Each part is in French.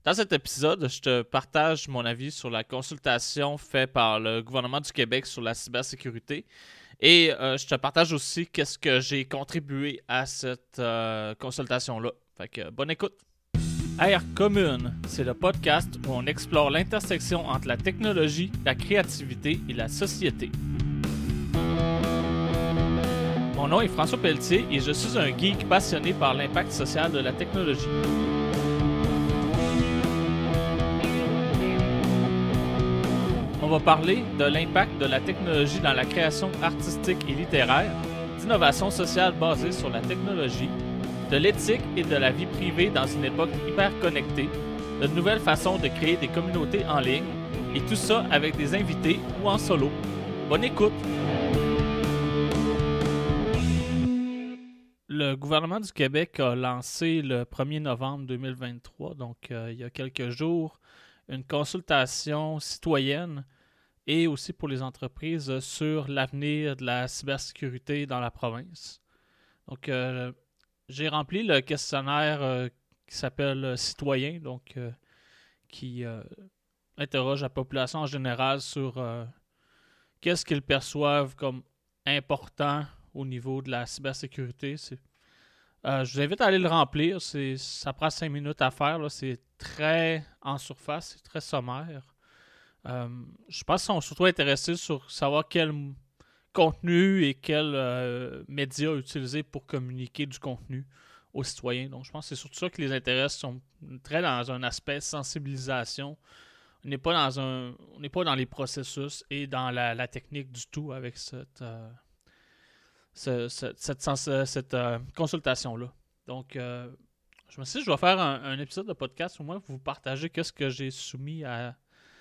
Dans cet épisode, je te partage mon avis sur la consultation faite par le gouvernement du Québec sur la cybersécurité et je te partage aussi qu'est-ce que j'ai contribué à cette consultation-là. Fait que bonne écoute! Air Commune, c'est le podcast où on explore l'intersection entre la technologie, la créativité et la société. Mon nom est François Pelletier et je suis un geek passionné par l'impact social de la technologie. On va parler de l'impact de la technologie dans la création artistique et littéraire, d'innovation sociale basée sur la technologie, de l'éthique et de la vie privée dans une époque hyper connectée, de nouvelles façons de créer des communautés en ligne, et tout ça avec des invités ou en solo. Bonne écoute! Le gouvernement du Québec a lancé le 1er novembre 2023, donc il y a quelques jours, une consultation citoyenne et aussi pour les entreprises sur l'avenir de la cybersécurité dans la province. Donc, j'ai rempli le questionnaire qui s'appelle Citoyen, donc qui interroge la population en général sur qu'est-ce qu'ils perçoivent comme important au niveau de la cybersécurité. Je vous invite à aller le remplir. Ça prend 5 minutes à faire. Là. C'est très en surface, c'est très sommaire. Je pense qu'ils sont surtout intéressés sur savoir quel contenu et quels médias utiliser pour communiquer du contenu aux citoyens. Donc, je pense que c'est surtout ça qui les intéresse. Ils sont très dans un aspect sensibilisation. On n'est pas dans les processus et dans la technique du tout avec cette consultation-là. Donc, je me suis dit, je vais faire un épisode de podcast au moins pour vous partager qu'est-ce que j'ai soumis à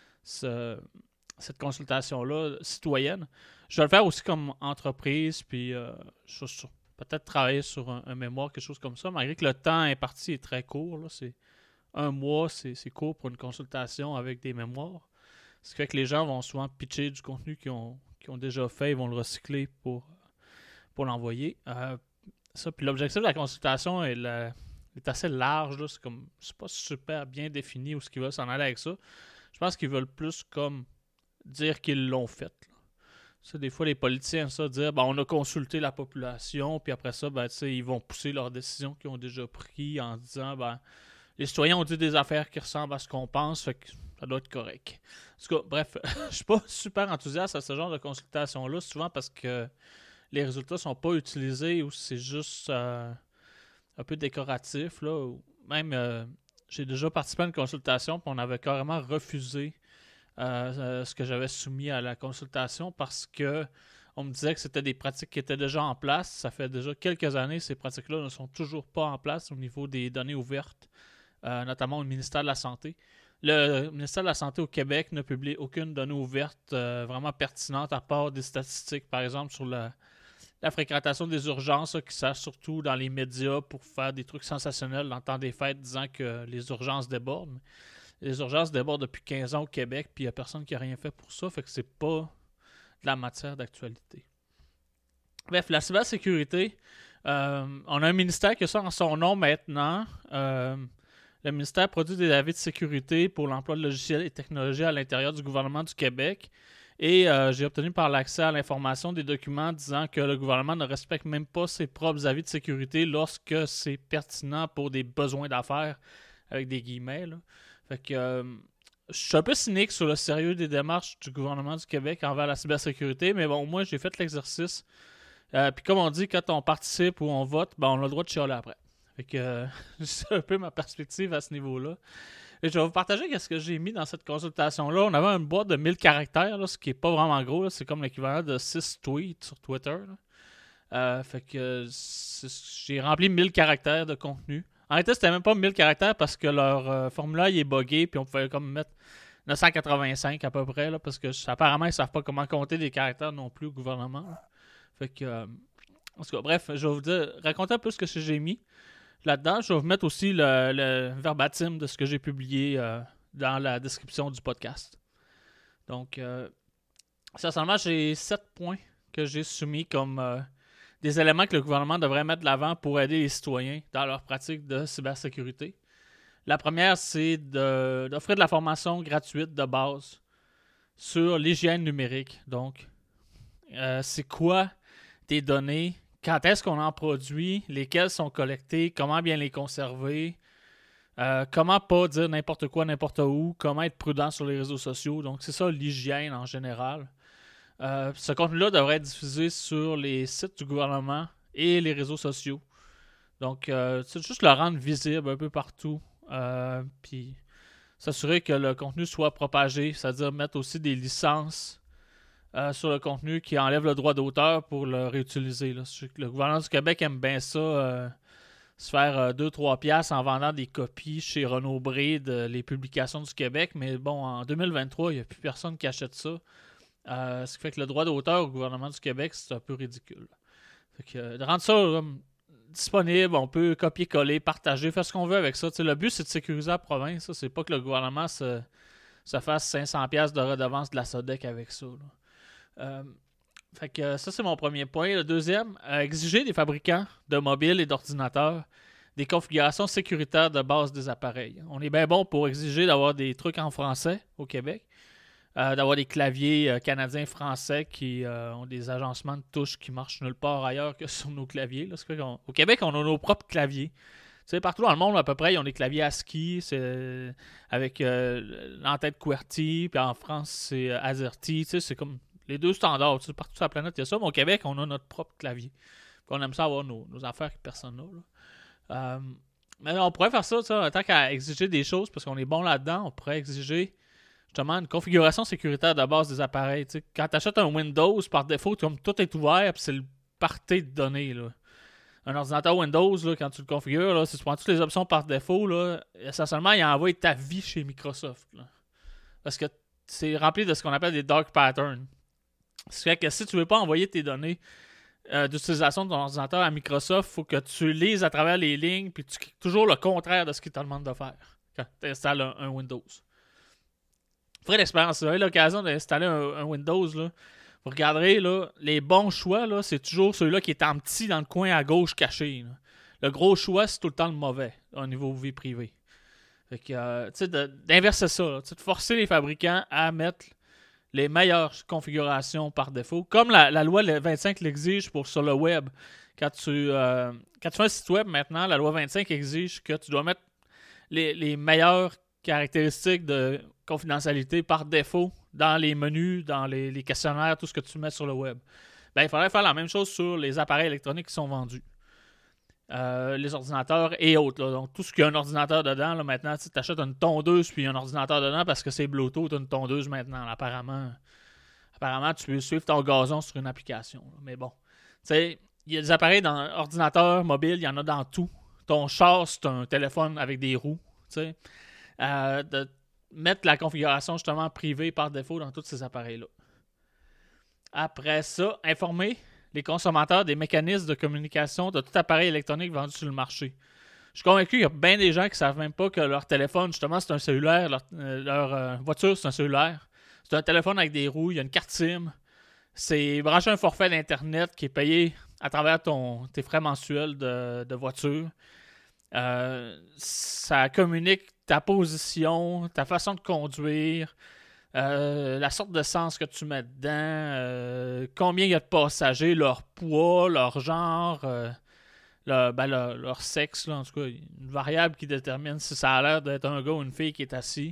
cette consultation-là citoyenne. Je vais le faire aussi comme entreprise, puis je vais peut-être travailler sur un mémoire, quelque chose comme ça, malgré que le temps imparti est très court. Là, c'est 1 mois, c'est court pour une consultation avec des mémoires. Ce qui fait que les gens vont souvent pitcher du contenu qu'ils ont déjà fait, ils vont le recycler pour l'envoyer. Puis l'objectif de la consultation est assez large. Là. C'est pas super bien défini où ce qu'ils veulent s'en aller avec ça. Je pense qu'ils veulent plus comme dire qu'ils l'ont fait. Là. Ça, des fois, les politiciens aiment ça dire on a consulté la population, puis après ça, ils vont pousser leurs décisions qu'ils ont déjà prises en disant les citoyens ont dit des affaires qui ressemblent à ce qu'on pense, fait que ça doit être correct. En tout cas, bref, je suis pas super enthousiaste à ce genre de consultation-là, souvent parce que les résultats sont pas utilisés ou c'est juste un peu décoratif. Là, ou même, j'ai déjà participé à une consultation puis on avait carrément refusé ce que j'avais soumis à la consultation parce que on me disait que c'était des pratiques qui étaient déjà en place. Ça fait déjà quelques années, ces pratiques-là ne sont toujours pas en place au niveau des données ouvertes, notamment au ministère de la Santé. Le ministère de la Santé au Québec ne publie aucune donnée ouverte vraiment pertinente à part des statistiques, par exemple, sur la fréquentation des urgences qui sert surtout dans les médias pour faire des trucs sensationnels dans le temps des fêtes disant que les urgences débordent. Les urgences débordent depuis 15 ans au Québec puis il n'y a personne qui n'a rien fait pour ça, fait que c'est pas de la matière d'actualité. Bref, la cybersécurité, on a un ministère qui a ça en son nom maintenant. Le ministère produit des avis de sécurité pour l'emploi de logiciels et technologies à l'intérieur du gouvernement du Québec. Et j'ai obtenu par l'accès à l'information des documents disant que le gouvernement ne respecte même pas ses propres avis de sécurité lorsque c'est pertinent pour des besoins d'affaires, avec des guillemets. Là. Fait que je suis un peu cynique sur le sérieux des démarches du gouvernement du Québec envers la cybersécurité, mais bon, moi j'ai fait l'exercice. Puis comme on dit, quand on participe ou on vote, on a le droit de chialer après. Fait que c'est un peu ma perspective à ce niveau-là. Et je vais vous partager ce que j'ai mis dans cette consultation-là. On avait une boîte de 1000 caractères, là, ce qui n'est pas vraiment gros. Là. C'est comme l'équivalent de 6 tweets sur Twitter. Fait que j'ai rempli 1000 caractères de contenu. En réalité, c'était même pas 1000 caractères parce que leur formulaire il est buggé puis on pouvait comme mettre 985 à peu près là, parce que apparemment ils savent pas comment compter des caractères non plus au gouvernement. Là. Fait que en tout cas, bref, je vais vous raconter un peu ce que j'ai mis là-dedans. Je vais vous mettre aussi le verbatim de ce que j'ai publié dans la description du podcast. Donc, essentiellement, j'ai 7 points que j'ai soumis comme des éléments que le gouvernement devrait mettre de l'avant pour aider les citoyens dans leur pratique de cybersécurité. La première, c'est d'offrir de la formation gratuite de base sur l'hygiène numérique. Donc, c'est quoi des données, quand est-ce qu'on en produit, lesquelles sont collectées, comment bien les conserver, comment pas dire n'importe quoi, n'importe où, comment être prudent sur les réseaux sociaux. Donc, c'est ça l'hygiène en général. Ce contenu-là devrait être diffusé sur les sites du gouvernement et les réseaux sociaux. Donc, c'est juste le rendre visible un peu partout. Puis, s'assurer que le contenu soit propagé, c'est-à-dire mettre aussi des licences sur le contenu qui enlève le droit d'auteur pour le réutiliser. Là. Le gouvernement du Québec aime bien ça, se faire 2-3 piastres en vendant des copies chez Renaud Bré de les publications du Québec. Mais bon, en 2023, il n'y a plus personne qui achète ça. Ce qui fait que le droit d'auteur au gouvernement du Québec, c'est un peu ridicule. Fait que, de rendre ça disponible, on peut copier-coller, partager, faire ce qu'on veut avec ça. T'sais, le but, c'est de sécuriser la province. Ça. C'est pas que le gouvernement se fasse 500$ de redevance de la SODEC avec ça. Fait que ça, c'est mon premier point. Le deuxième, exiger des fabricants de mobiles et d'ordinateurs des configurations sécuritaires de base des appareils. On est bien bon pour exiger d'avoir des trucs en français au Québec, d'avoir des claviers canadiens-français qui ont des agencements de touches qui marchent nulle part ailleurs que sur nos claviers. Là. Au Québec, on a nos propres claviers. Tu sais, partout dans le monde, à peu près, ils ont des claviers ASCII avec l'entête QWERTY, puis en France, c'est AZERTY. Tu sais, c'est comme les deux standards. Tu sais, partout sur la planète, il y a ça. Mais au Québec, on a notre propre clavier. Puis on aime ça avoir nos affaires que personne n'a. Mais on pourrait faire ça, tant qu'à exiger des choses, parce qu'on est bon là-dedans, on pourrait exiger justement une configuration sécuritaire de base des appareils. T'sais, quand tu achètes un Windows, par défaut, comme tout est ouvert, puis c'est le party de données. Là. Un ordinateur Windows, là, quand tu le configures, là, si tu prends toutes les options par défaut, là, essentiellement, il envoie ta vie chez Microsoft. Là. Parce que c'est rempli de ce qu'on appelle des dark patterns. Ce qui fait que si tu ne veux pas envoyer tes données d'utilisation de ton ordinateur à Microsoft, il faut que tu lises à travers les lignes, puis tu cliques toujours le contraire de ce qu'il te demande de faire quand tu installes un Windows. Vous ferez l'expérience, vous avez l'occasion d'installer un Windows, là. Vous regarderez, là, les bons choix, là, c'est toujours celui-là qui est en petit dans le coin à gauche caché. Là. Le gros choix, c'est tout le temps le mauvais au niveau vie privée. Fait que, tu sais, d'inverser ça, là, de forcer les fabricants à mettre les meilleures configurations par défaut, comme la loi 25 l'exige sur le web. Quand tu fais un site web maintenant, la loi 25 exige que tu dois mettre les meilleures caractéristiques de confidentialité par défaut dans les menus, dans les questionnaires, tout ce que tu mets sur le web. Ben, il faudrait faire la même chose sur les appareils électroniques qui sont vendus. Les ordinateurs et autres. Là. Donc, tout ce qu'il y a un ordinateur dedans, là, maintenant, tu achètes une tondeuse puis un ordinateur dedans parce que c'est Bluetooth, une tondeuse maintenant. Là, apparemment, tu peux suivre ton gazon sur une application. Là. Mais bon, tu sais, il y a des appareils dans ordinateur, mobile, il y en a dans tout. Ton char, c'est un téléphone avec des roues. Tu sais. De mettre la configuration justement privée par défaut dans tous ces appareils-là. Après ça, informer les consommateurs des mécanismes de communication de tout appareil électronique vendu sur le marché. Je suis convaincu qu'il y a bien des gens qui ne savent même pas que leur téléphone, justement, c'est un cellulaire, leur voiture, c'est un cellulaire. C'est un téléphone avec des roues, il y a une carte SIM. C'est brancher un forfait d'Internet qui est payé à travers tes frais mensuels de voiture. Ça communique ta position, ta façon de conduire, la sorte de sens que tu mets dedans, combien il y a de passagers, leur poids, leur genre, leur sexe, là, en tout cas, une variable qui détermine si ça a l'air d'être un gars ou une fille qui est assis.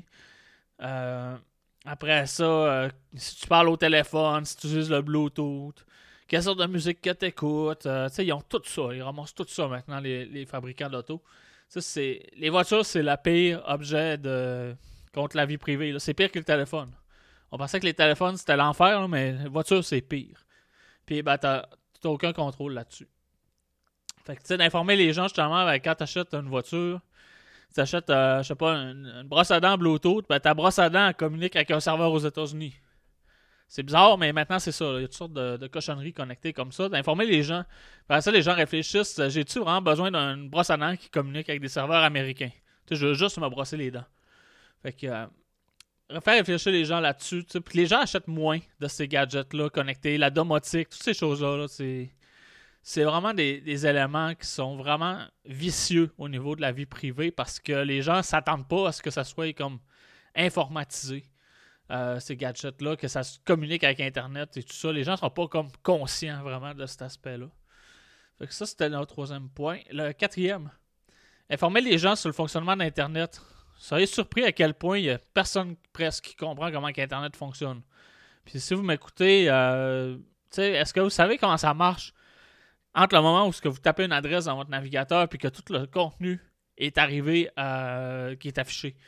Après ça, si tu parles au téléphone, si tu utilises le Bluetooth, quelle sorte de musique que tu écoutes, ils ont tout ça, ils ramassent tout ça maintenant, les fabricants d'auto. Les voitures, c'est le pire objet contre la vie privée. Là. C'est pire que le téléphone. On pensait que les téléphones, c'était l'enfer, là, mais les voitures, c'est pire. Puis, ben, t'as aucun contrôle là-dessus. Fait que, tu sais, d'informer les gens, justement, ben, quand tu achètes une voiture, tu achètes, je sais pas, une brosse à dents Bluetooth, ben, ta brosse à dents communique avec un serveur aux États-Unis. C'est bizarre, mais maintenant, c'est ça. Là. Il y a toutes sortes de cochonneries connectées comme ça. D'informer les gens. Après ça, les gens réfléchissent. J'ai-tu vraiment besoin d'une brosse à dents qui communique avec des serveurs américains? Tu sais, je veux juste me brosser les dents. Fait que... faire réfléchir les gens là-dessus. Puis les gens achètent moins de ces gadgets-là connectés. La domotique, toutes ces choses-là. Là, c'est c'est vraiment des éléments qui sont vraiment vicieux au niveau de la vie privée parce que les gens ne s'attendent pas à ce que ça soit comme informatisé. Ces gadgets-là, que ça se communique avec Internet et tout ça. Les gens ne sont pas comme conscients vraiment de cet aspect-là. Fait que ça, c'était notre troisième point. Le quatrième, informer les gens sur le fonctionnement d'Internet. Vous seriez surpris à quel point il n'y a personne presque qui comprend comment Internet fonctionne. Puis si vous m'écoutez, est-ce que vous savez comment ça marche entre le moment où vous tapez une adresse dans votre navigateur puis que tout le contenu est arrivé, qui est affiché?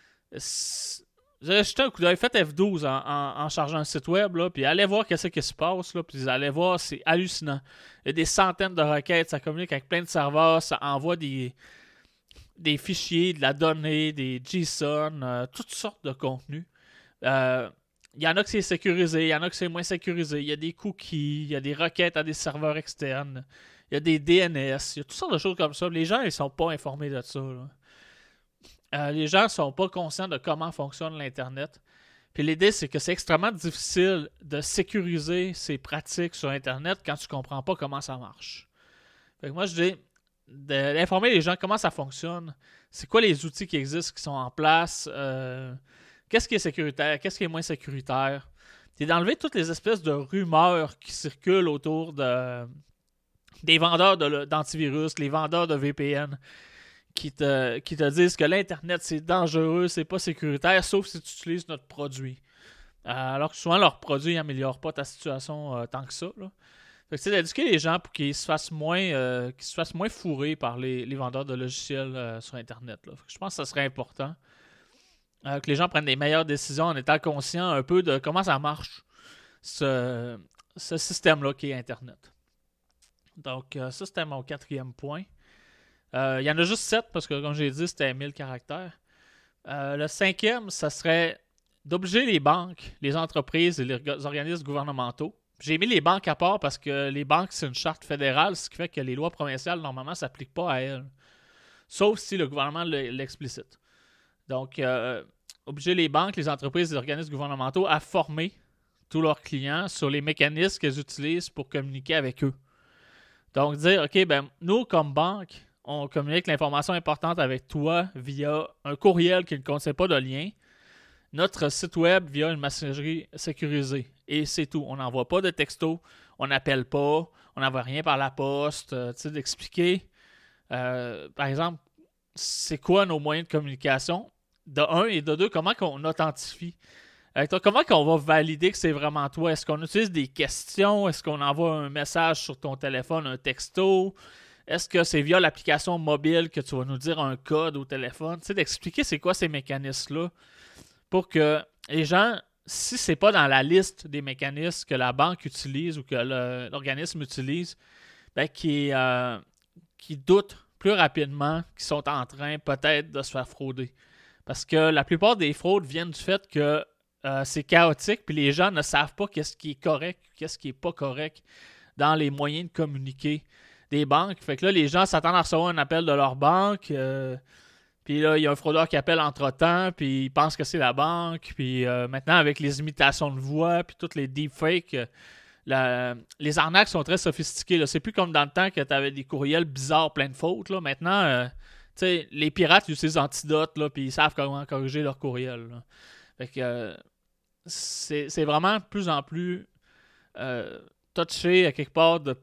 Jetez un coup d'œil, faites F12 en chargeant un site web, là, puis allez voir qu'est-ce qui se passe, là, puis vous allez voir, c'est hallucinant. Il y a des centaines de requêtes, ça communique avec plein de serveurs, ça envoie des fichiers, de la donnée, des JSON, toutes sortes de contenus. Il y en a que c'est sécurisé, il y en a que c'est moins sécurisé. Il y a des cookies, il y a des requêtes à des serveurs externes, il y a des DNS, il y a toutes sortes de choses comme ça. Les gens, ils sont pas informés de ça, là. Les gens ne sont pas conscients de comment fonctionne l'Internet. Puis l'idée, c'est que c'est extrêmement difficile de sécuriser ces pratiques sur Internet quand tu ne comprends pas comment ça marche. Fait que moi, je dis d'informer les gens comment ça fonctionne, c'est quoi les outils qui existent, qui sont en place, qu'est-ce qui est sécuritaire, qu'est-ce qui est moins sécuritaire. C'est d'enlever toutes les espèces de rumeurs qui circulent autour des vendeurs d'antivirus, les vendeurs de VPN, qui te disent que l'Internet, c'est dangereux, c'est pas sécuritaire, sauf si tu utilises notre produit. Alors que souvent, leur produit n'améliore pas ta situation tant que ça, là. Fait que c'est d'éduquer les gens pour qu'ils se fassent moins fourrés par les vendeurs de logiciels sur Internet, là. Fait que je pense que ça serait important que les gens prennent des meilleures décisions en étant conscients un peu de comment ça marche, ce système-là qui est Internet. Donc, ça, c'était mon quatrième point. Il y en a juste 7 parce que, comme j'ai dit, c'était 1000 caractères. Le cinquième, ça serait d'obliger les banques, les entreprises et les organismes gouvernementaux. J'ai mis les banques à part parce que les banques, c'est une charte fédérale, ce qui fait que les lois provinciales, normalement, ne s'appliquent pas à elles. Sauf si le gouvernement l'explicite. Donc, obliger les banques, les entreprises et les organismes gouvernementaux à former tous leurs clients sur les mécanismes qu'ils utilisent pour communiquer avec eux. Donc, dire, OK, nous, comme banque, on communique l'information importante avec toi via un courriel qui ne contient pas de lien, notre site web via une messagerie sécurisée. Et c'est tout. On n'envoie pas de texto, on n'appelle pas, on n'envoie rien par la poste. D'expliquer, par exemple, c'est quoi nos moyens de communication, de un, et de deux, comment qu'on authentifie. Comment qu'on va valider que c'est vraiment toi? Est-ce qu'on utilise des questions? Est-ce qu'on envoie un message sur ton téléphone, un texto? Est-ce que c'est via l'application mobile que tu vas nous dire un code au téléphone? D'expliquer c'est quoi ces mécanismes-là pour que les gens, si c'est pas dans la liste des mécanismes que la banque utilise ou que l'organisme utilise, qui doutent plus rapidement qu'ils sont en train peut-être de se faire frauder. Parce que la plupart des fraudes viennent du fait que c'est chaotique puis les gens ne savent pas qu'est-ce qui est correct, qu'est-ce qui est pas correct dans les moyens de communiquer des banques. Fait que là, les gens s'attendent à recevoir un appel de leur banque. Puis là, il y a un fraudeur qui appelle entre-temps, puis il pense que c'est la banque. Puis maintenant, avec les imitations de voix, puis toutes les deepfakes, les arnaques sont très sophistiquées, là. C'est plus comme dans le temps que tu avais des courriels bizarres plein de fautes, là. Maintenant, les pirates ils utilisent Antidote, là, puis ils savent comment corriger leur courriel, là. Fait que c'est vraiment de plus en plus touché à quelque part de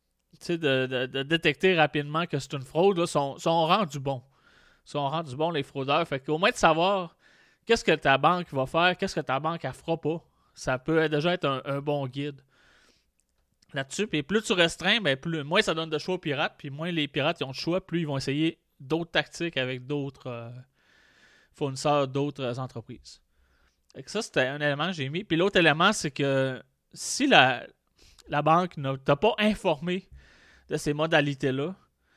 détecter rapidement que c'est une fraude, là, sont rendus bons. Sont rendus bons, les fraudeurs. Fait qu'au moins de savoir qu'est-ce que ta banque va faire, qu'est-ce que ta banque elle fera pas, ça peut déjà être un bon guide là-dessus. Puis plus tu restreins, moins ça donne de choix aux pirates, puis moins les pirates ils ont de choix, plus ils vont essayer d'autres tactiques avec d'autres fournisseurs, d'autres entreprises. Fait que ça, c'était un élément que j'ai mis. Puis l'autre élément, c'est que si la banque ne t'a pas informé de ces modalités-là,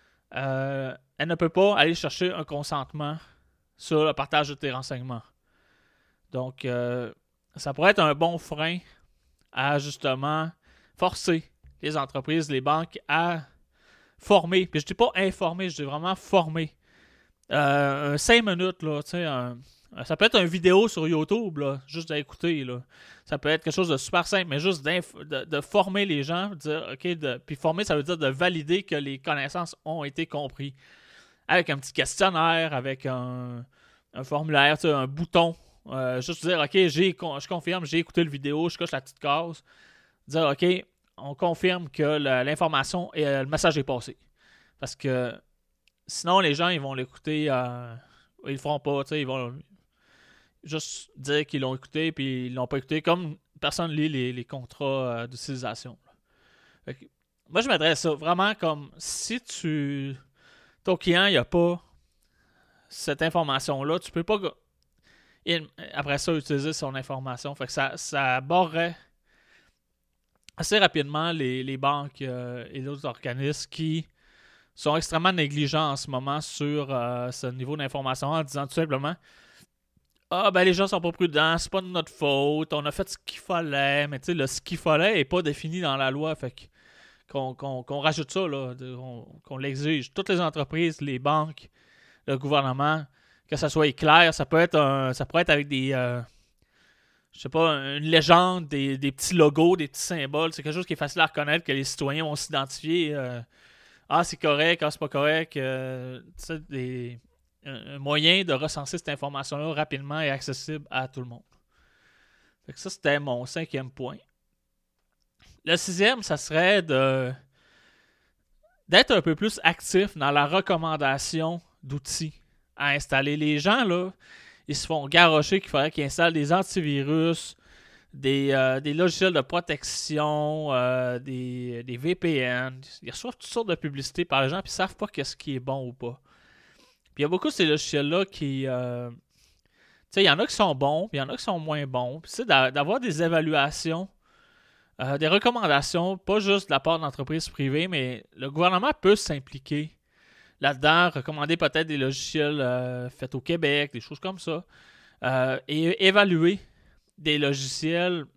elle ne peut pas aller chercher un consentement sur le partage de tes renseignements. Donc, ça pourrait être un bon frein à justement forcer les entreprises, les banques à former. Puis je dis pas informer, je dis vraiment former. 5 minutes, là, un Ça peut être une vidéo sur YouTube, là, juste à écouter. Là. Ça peut être quelque chose de super simple, mais juste de former les gens. Dire, puis former, ça veut dire de valider que les connaissances ont été comprises. Avec un petit questionnaire, avec un formulaire, un bouton. Juste dire, OK, je confirme, j'ai écouté la vidéo, je coche la petite case. Dire, OK, on confirme que l'information et le message est passé. Parce que sinon, les gens, ils vont l'écouter, ils le feront pas, ils vont juste dire qu'ils l'ont écouté puis ils l'ont pas écouté, comme personne lit les contrats d'utilisation. Moi, je mettrais ça vraiment comme si ton client, il n'a pas cette information-là, tu peux pas après ça utiliser son information. Fait que ça barrerait assez rapidement les banques et d'autres organismes qui sont extrêmement négligents en ce moment sur ce niveau d'information en disant tout simplement les gens sont pas prudents, c'est pas de notre faute, on a fait ce qu'il fallait, mais tu sais, ce qu'il fallait est pas défini dans la loi, fait qu'on rajoute ça, là, qu'on l'exige. Toutes les entreprises, les banques, le gouvernement, que ça soit clair, ça pourrait être avec des je sais pas, une légende, des petits logos, des petits symboles, c'est quelque chose qui est facile à reconnaître, que les citoyens vont s'identifier. C'est correct, c'est pas correct. Un moyen de recenser cette information-là rapidement et accessible à tout le monde. Fait que ça, c'était mon 5e point. Le 6e, ça serait d'être un peu plus actif dans la recommandation d'outils à installer. Les gens, là, ils se font garrocher qu'il faudrait qu'ils installent des antivirus, des logiciels de protection, des VPN. Ils reçoivent toutes sortes de publicités par les gens et ils ne savent pas ce qui est bon ou pas. Puis il y a beaucoup de ces logiciels-là qui... tu sais, il y en a qui sont bons, puis il y en a qui sont moins bons. Puis c'est d'avoir des évaluations, des recommandations, pas juste de la part d'entreprises privées, mais le gouvernement peut s'impliquer là-dedans, recommander peut-être des logiciels faits au Québec, des choses comme ça, et évaluer des logiciels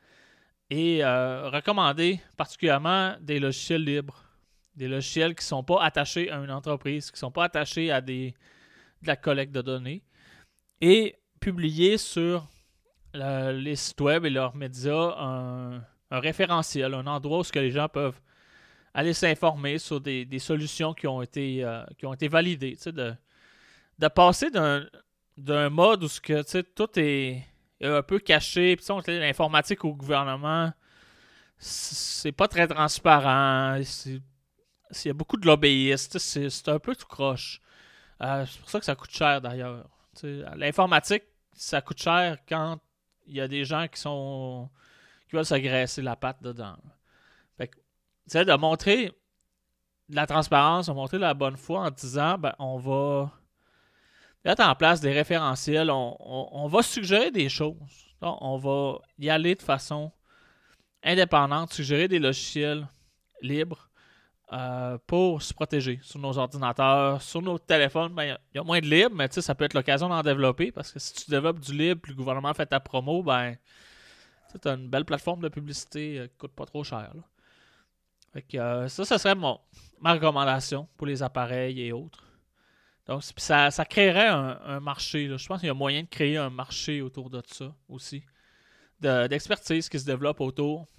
et recommander particulièrement des logiciels libres. Des logiciels qui ne sont pas attachés à une entreprise, qui ne sont pas attachés à de la collecte de données, et publier sur les sites web et leurs médias un référentiel, un endroit où les gens peuvent aller s'informer sur des solutions qui ont été validées. De passer d'un mode où tout est un peu caché, puis l'informatique au gouvernement, c'est pas très transparent, il y a beaucoup de lobbyistes, c'est un peu tout croche. C'est pour ça que ça coûte cher d'ailleurs. L'informatique, ça coûte cher quand il y a des gens qui veulent se graisser la patte dedans. Fait que, de montrer de la transparence, de montrer de la bonne foi en disant on va mettre en place des référentiels, on va suggérer des choses. Donc, on va y aller de façon indépendante, suggérer des logiciels libres pour se protéger sur nos ordinateurs, sur nos téléphones. Il y a moins de libre, mais ça peut être l'occasion d'en développer parce que si tu développes du libre et le gouvernement fait ta promo, tu as une belle plateforme de publicité qui coûte pas trop cher. Là. Fait que, ça serait ma recommandation pour les appareils et autres. Donc, ça créerait un marché. Là. Je pense qu'il y a moyen de créer un marché autour de ça aussi. D'expertise qui se développe autour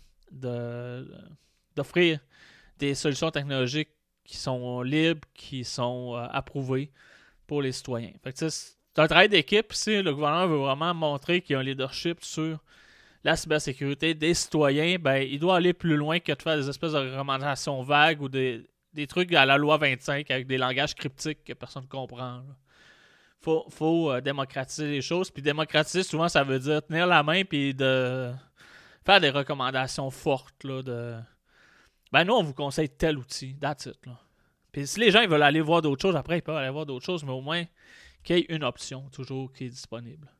d'offrir des solutions technologiques qui sont libres, qui sont approuvées pour les citoyens. Fait que c'est un travail d'équipe. Si le gouvernement veut vraiment montrer qu'il y a un leadership sur la cybersécurité des citoyens, il doit aller plus loin que de faire des espèces de recommandations vagues ou des trucs à la loi 25 avec des langages cryptiques que personne ne comprend. Il faut démocratiser les choses. Puis démocratiser, souvent, ça veut dire tenir la main puis de faire des recommandations fortes là, nous, on vous conseille tel outil. That's it. Là. Puis si les gens ils veulent aller voir d'autres choses, après, ils peuvent aller voir d'autres choses, mais au moins qu'il y ait une option toujours qui est disponible.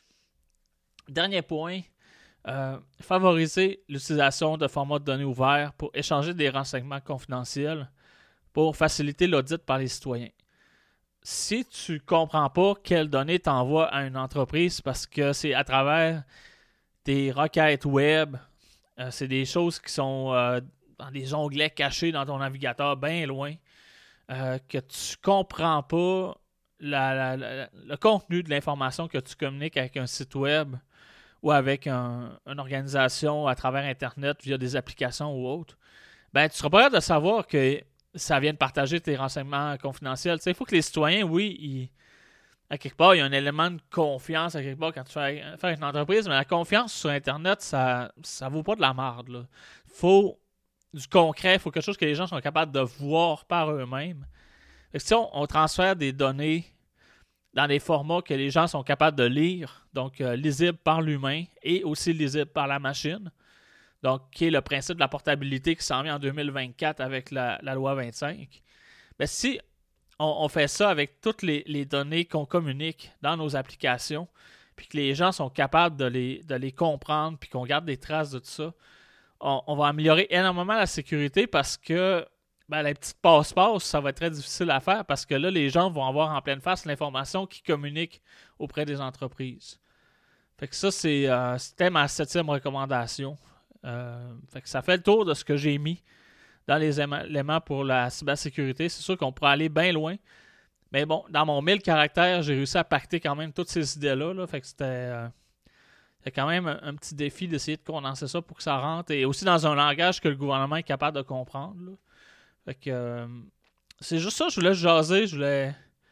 Dernier point, favoriser l'utilisation de formats de données ouverts pour échanger des renseignements confidentiels pour faciliter l'audit par les citoyens. Si tu ne comprends pas quelles données t'envoies à une entreprise parce que c'est à travers des requêtes web, c'est des choses qui sont dans des onglets cachés dans ton navigateur bien loin, que tu comprends pas le contenu de l'information que tu communiques avec un site web ou avec une organisation à travers Internet via des applications ou autres, ben, tu seras pas capable de savoir que ça vient de partager tes renseignements confidentiels. Il faut que les citoyens, oui, à quelque part, il y a un élément de confiance à quelque part quand tu fais une entreprise, mais la confiance sur Internet, ça vaut pas de la merde. Il faut du concret, il faut quelque chose que les gens sont capables de voir par eux-mêmes. Fait que si on transfère des données dans des formats que les gens sont capables de lire, donc lisibles par l'humain et aussi lisibles par la machine, donc qui est le principe de la portabilité qui s'en vient en 2024 avec la loi 25, bien, si on fait ça avec toutes les données qu'on communique dans nos applications, puis que les gens sont capables de les comprendre, puis qu'on garde des traces de tout ça, on va améliorer énormément la sécurité parce que les petites passe-passe, ça va être très difficile à faire parce que là, les gens vont avoir en pleine face l'information qu'ils communiquent auprès des entreprises. Fait que ça, c'était ma 7e recommandation. Fait que ça fait le tour de ce que j'ai mis dans les éléments pour la cybersécurité. C'est sûr qu'on pourrait aller bien loin. Mais bon, dans mon 1000 caractères, j'ai réussi à pacter quand même toutes ces idées-là. Là. Fait que c'était quand même un petit défi d'essayer de condenser ça pour que ça rentre. Et aussi dans un langage que le gouvernement est capable de comprendre. Là. Fait que c'est juste ça, je voulais jaser. Je voulais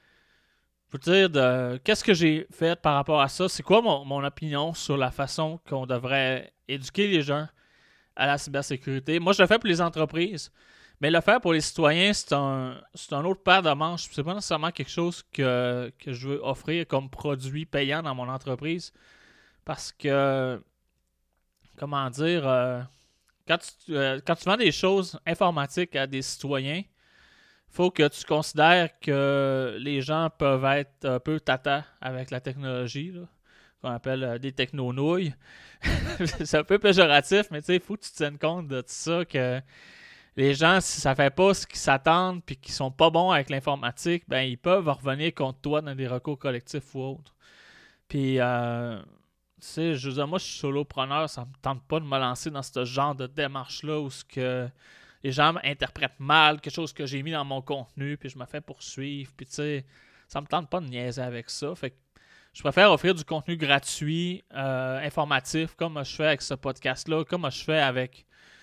vous dire qu'est-ce que j'ai fait par rapport à ça. C'est quoi mon opinion sur la façon qu'on devrait éduquer les gens à la cybersécurité. Moi, je le fais pour les entreprises, mais le faire pour les citoyens, c'est un autre paire de manches. C'est pas nécessairement quelque chose que je veux offrir comme produit payant dans mon entreprise. Parce que, comment dire, quand tu vends des choses informatiques à des citoyens, il faut que tu considères que les gens peuvent être un peu tata avec la technologie, là, qu'on appelle des techno-nouilles. C'est un peu péjoratif, mais il faut que tu te tiennes compte de tout ça, que les gens, si ça fait pas ce qu'ils s'attendent et qu'ils sont pas bons avec l'informatique, ben ils peuvent revenir contre toi dans des recours collectifs ou autres. Puis, je veux dire, moi, je suis solopreneur, ça me tente pas de me lancer dans ce genre de démarche-là où que les gens interprètent mal quelque chose que j'ai mis dans mon contenu, puis je me fais poursuivre, puis ça me tente pas de niaiser avec ça. Fait que je préfère offrir du contenu gratuit, informatif, comme je fais avec ce podcast-là, comme je fais avec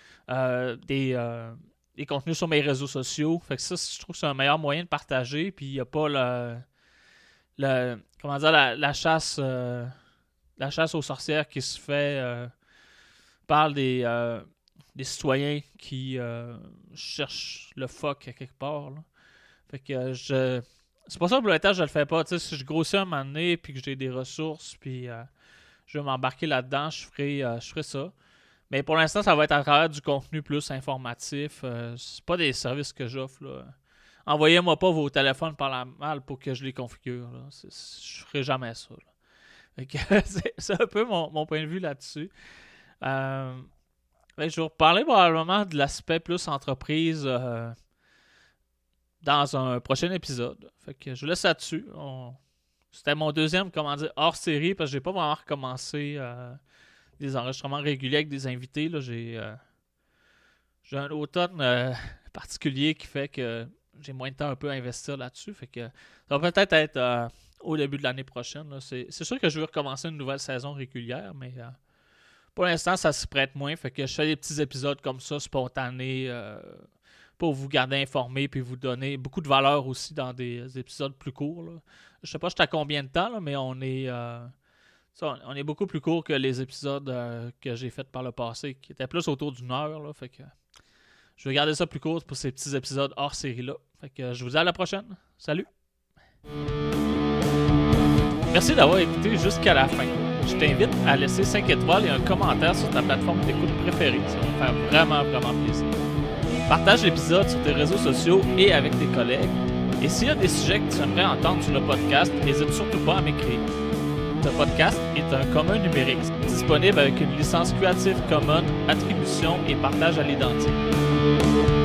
des contenus sur mes réseaux sociaux. Fait que ça, je trouve que c'est un meilleur moyen de partager, puis il n'y a pas la chasse aux sorcières qui se fait par des citoyens qui cherchent le fuck à quelque part. Là. Fait que c'est pour ça que pour l'instant, je le fais pas. Si je grossis un moment donné puis que j'ai des ressources puis je vais m'embarquer là-dedans, je ferai ça. Mais pour l'instant, ça va être à travers du contenu plus informatif. C'est pas des services que j'offre. Là. Envoyez-moi pas vos téléphones par la malle pour que je les configure. Là. Je ferai jamais ça. Là. Fait que c'est un peu mon point de vue là-dessus. Je vais vous reparler probablement de l'aspect plus entreprise dans un prochain épisode. Fait que je vous laisse là-dessus. C'était mon deuxième, hors série, parce que j'ai pas vraiment recommencé des enregistrements réguliers avec des invités. Là. J'ai un automne particulier qui fait que j'ai moins de temps un peu à investir là-dessus. Fait que ça va peut-être être au début de l'année prochaine. Là. C'est sûr que je veux recommencer une nouvelle saison régulière, mais pour l'instant, ça se prête moins. Fait que je fais des petits épisodes comme ça, spontanés, pour vous garder informé puis vous donner beaucoup de valeur aussi dans des épisodes plus courts. Là. Je sais pas jusqu'à combien de temps, là, mais on est beaucoup plus court que les épisodes que j'ai faits par le passé, qui étaient plus autour d'une heure. Là, fait que je vais garder ça plus court pour ces petits épisodes hors série-là. Fait que je vous dis à la prochaine. Salut! Merci d'avoir écouté jusqu'à la fin. Je t'invite à laisser 5 étoiles et un commentaire sur ta plateforme d'écoute préférée. Ça va me faire vraiment, vraiment plaisir. Partage l'épisode sur tes réseaux sociaux et avec tes collègues. Et s'il y a des sujets que tu aimerais entendre sur le podcast, n'hésite surtout pas à m'écrire. Ce podcast est un commun numérique disponible avec une licence Creative Commons, attribution et partage à l'identique.